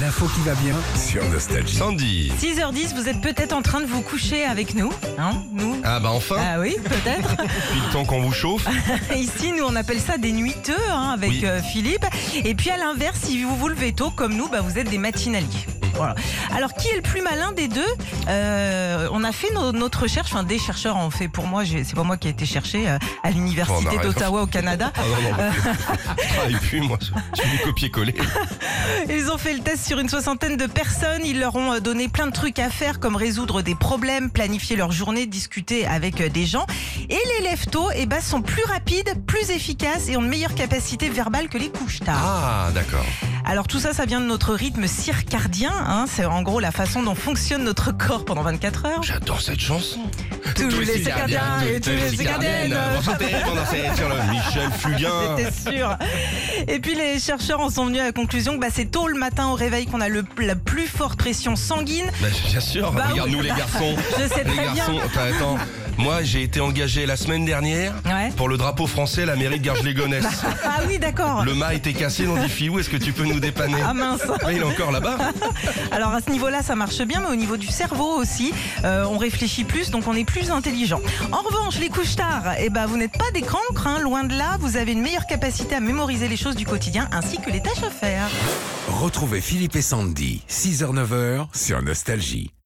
L'info qui va bien sur Nostalgie. Sandy. 6h10, vous êtes peut-être en train de vous coucher avec nous, hein, nous. Ah bah enfin, Ah oui, peut-être. depuis le temps qu'on vous chauffe. Ici, nous, on appelle ça des nuiteux, hein, avec Oui. Philippe. Et puis à l'inverse, si vous vous levez tôt, comme nous, bah, vous êtes des matinaliers. Voilà. Alors, qui est le plus malin des deux? On a fait notre recherche, enfin des chercheurs ont fait pour moi, c'est pas moi qui ai été chercher à Oh, l'université on arrête. d'Ottawa au Canada. Ah non, je travaille plus moi, je fais du copier-coller. Ils ont fait le test sur une 60aine de personnes. Ils leur ont donné plein de trucs à faire, comme résoudre des problèmes, planifier leur journée, discuter avec des gens. Et les lève-tôt sont plus rapides, plus efficaces et ont une meilleure capacité verbale que les couches-tard. Ah d'accord. Alors tout ça, ça vient de notre rythme circadien. Hein. C'est en gros la façon dont fonctionne notre corps pendant 24 heures. J'adore cette chanson. Tous les circadiens et tous les circadiennes. Enchanté pendant cette sur le Michel Fugain. C'était sûr. Et puis les chercheurs en sont venus à la conclusion que c'est tôt le matin au réveil qu'on a la plus forte pression sanguine. Bah, bien sûr, Bah regarde oui. nous les garçons. Je sais Les très bien. garçons, attends. Moi j'ai été engagé la semaine dernière Ouais. pour le drapeau français, la mairie de Garges-les-Gonesse. Ah oui, d'accord. Le mât était cassé, on dit Filou, est-ce que tu peux nous dépanner? Ah mince. Ah, il est encore là-bas. Alors à ce niveau-là, ça marche bien, mais au niveau du cerveau aussi, on réfléchit plus, donc on est plus intelligent. En revanche, les couches-tard, vous n'êtes pas des cancres, hein, loin de là. Vous avez une meilleure capacité à mémoriser les choses du quotidien ainsi que les tâches à faire. Retrouvez Philippe et Sandy, 6h-9h sur Nostalgie.